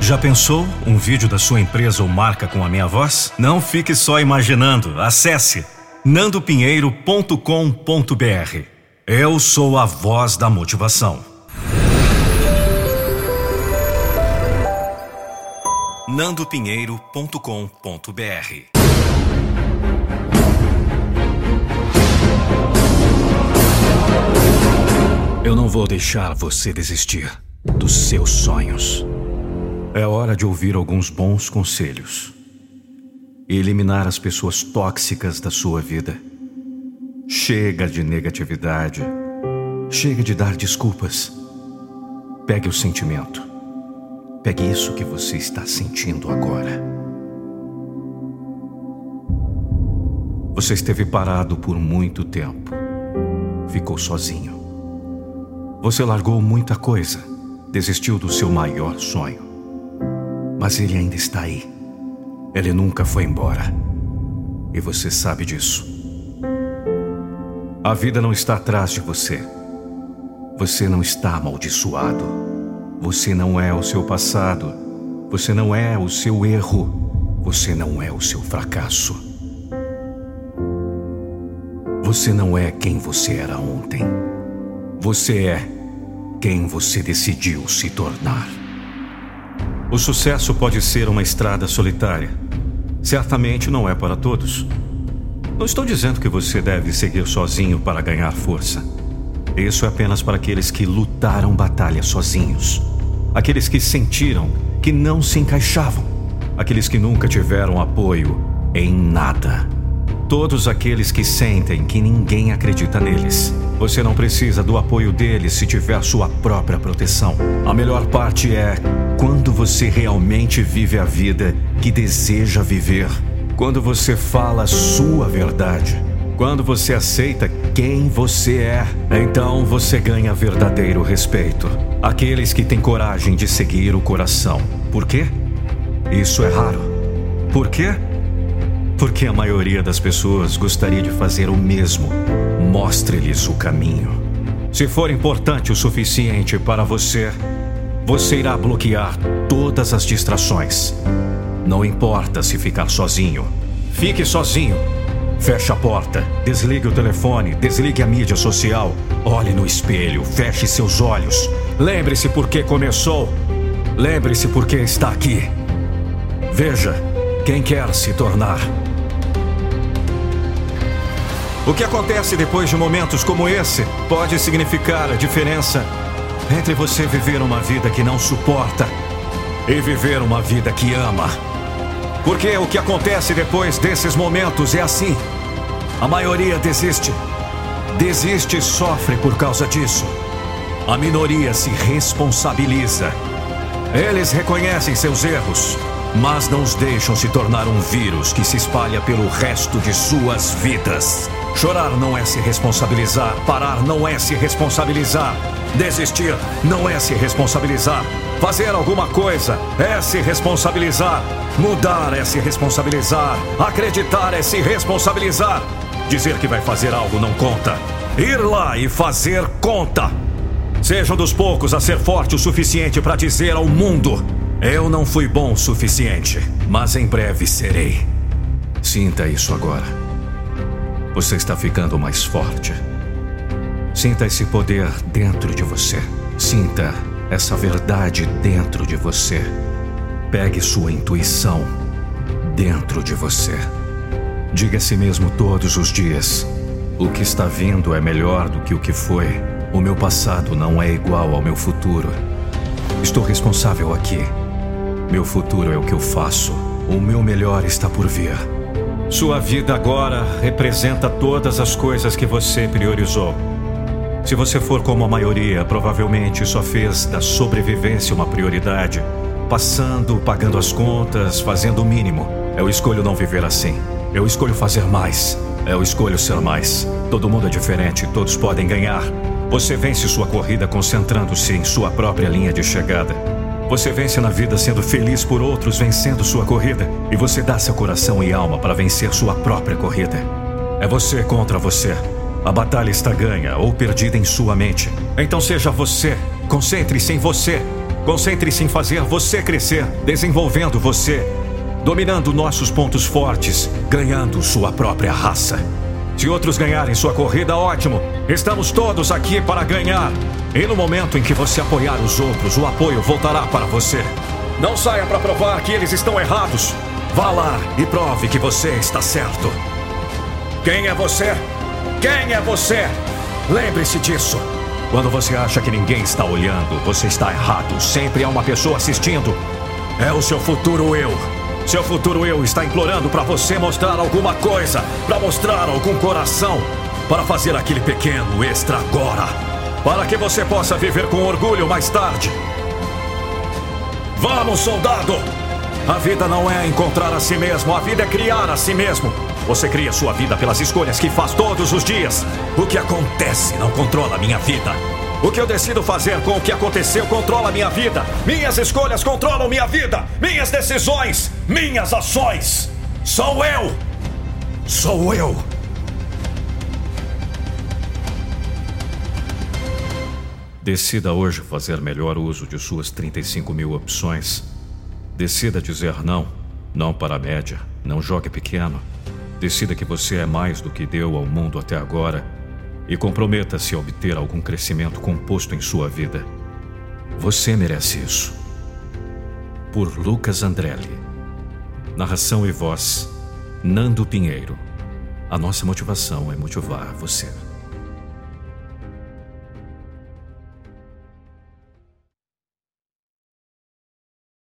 Já pensou um vídeo da sua empresa ou marca com a minha voz? Não fique só imaginando. Acesse nandopinheiro.com.br. Eu sou a voz da motivação. nandopinheiro.com.br. Eu não vou deixar você desistir dos seus sonhos. É hora de ouvir alguns bons conselhos e eliminar as pessoas tóxicas da sua vida. Chega de negatividade. Chega de dar desculpas. Pegue o sentimento. Pegue isso que você está sentindo agora. Você esteve parado por muito tempo. Ficou sozinho. Você largou muita coisa. Desistiu do seu maior sonho. Mas ele ainda está aí. Ele nunca foi embora. E você sabe disso. A vida não está atrás de você. Você não está amaldiçoado. Você não é o seu passado. Você não é o seu erro. Você não é o seu fracasso. Você não é quem você era ontem. Você é quem você decidiu se tornar. O sucesso pode ser uma estrada solitária. Certamente não é para todos. Não estou dizendo que você deve seguir sozinho para ganhar força. Isso é apenas para aqueles que lutaram batalhas sozinhos. Aqueles que sentiram que não se encaixavam. Aqueles que nunca tiveram apoio em nada. Todos aqueles que sentem que ninguém acredita neles. Você não precisa do apoio deles se tiver sua própria proteção. A melhor parte é quando você realmente vive a vida que deseja viver. Quando você fala a sua verdade. Quando você aceita quem você é. Então você ganha verdadeiro respeito. Aqueles que têm coragem de seguir o coração. Por quê? Isso é raro. Por quê? Porque a maioria das pessoas gostaria de fazer o mesmo. Mostre-lhes o caminho. Se for importante o suficiente para você, você irá bloquear todas as distrações. Não importa se ficar sozinho. Fique sozinho. Feche a porta, desligue o telefone, desligue a mídia social. Olhe no espelho, feche seus olhos. Lembre-se por que começou. Lembre-se por que está aqui. Veja quem quer se tornar. O que acontece depois de momentos como esse pode significar a diferença entre você viver uma vida que não suporta e viver uma vida que ama. Porque o que acontece depois desses momentos é assim. A maioria desiste. Desiste e sofre por causa disso. A minoria se responsabiliza. Eles reconhecem seus erros, mas não os deixam se tornar um vírus que se espalha pelo resto de suas vidas. Chorar não é se responsabilizar. Parar não é se responsabilizar. Desistir não é se responsabilizar. Fazer alguma coisa é se responsabilizar. Mudar é se responsabilizar. Acreditar é se responsabilizar. Dizer que vai fazer algo não conta. Ir lá e fazer conta. Seja um dos poucos a ser forte o suficiente para dizer ao mundo: eu não fui bom o suficiente, mas em breve serei. Sinta isso agora. Você está ficando mais forte. Sinta esse poder dentro de você. Sinta essa verdade dentro de você. Pegue sua intuição dentro de você. Diga a si mesmo todos os dias: o que está vindo é melhor do que o que foi. O meu passado não é igual ao meu futuro. Estou responsável aqui. Meu futuro é o que eu faço. O meu melhor está por vir. Sua vida agora representa todas as coisas que você priorizou. Se você for como a maioria, provavelmente só fez da sobrevivência uma prioridade, pagando as contas, fazendo o mínimo. Eu escolho não viver assim. Eu escolho fazer mais. Eu escolho ser mais. Todo mundo é diferente, todos podem ganhar. Você vence sua corrida concentrando-se em sua própria linha de chegada. Você vence na vida sendo feliz por outros vencendo sua corrida. E você dá seu coração e alma para vencer sua própria corrida. É você contra você. A batalha está ganha ou perdida em sua mente. Então seja você. Concentre-se em você. Concentre-se em fazer você crescer, desenvolvendo você, dominando nossos pontos fortes, ganhando sua própria raça. Se outros ganharem sua corrida, ótimo. Estamos todos aqui para ganhar. E no momento em que você apoiar os outros, o apoio voltará para você. Não saia para provar que eles estão errados. Vá lá e prove que você está certo. Quem é você? Quem é você? Lembre-se disso. Quando você acha que ninguém está olhando, você está errado. Sempre há uma pessoa assistindo. É o seu futuro eu. Seu futuro eu está implorando para você mostrar alguma coisa, para mostrar algum coração, para fazer aquele pequeno extra agora, para que você possa viver com orgulho mais tarde. Vamos, soldado! A vida não é encontrar a si mesmo, a vida é criar a si mesmo. Você cria sua vida pelas escolhas que faz todos os dias. O que acontece não controla a minha vida. O que eu decido fazer com o que aconteceu controla minha vida. Minhas escolhas controlam minha vida. Minhas decisões, minhas ações. Sou eu. Sou eu. Decida hoje fazer melhor uso de suas 35.000 opções. Decida dizer não. Não para a média. Não jogue pequeno. Decida que você é mais do que deu ao mundo até agora. E comprometa-se a obter algum crescimento composto em sua vida. Você merece isso. Por Lucas Andrelli. Narração e voz, Nando Pinheiro. A nossa motivação é motivar você.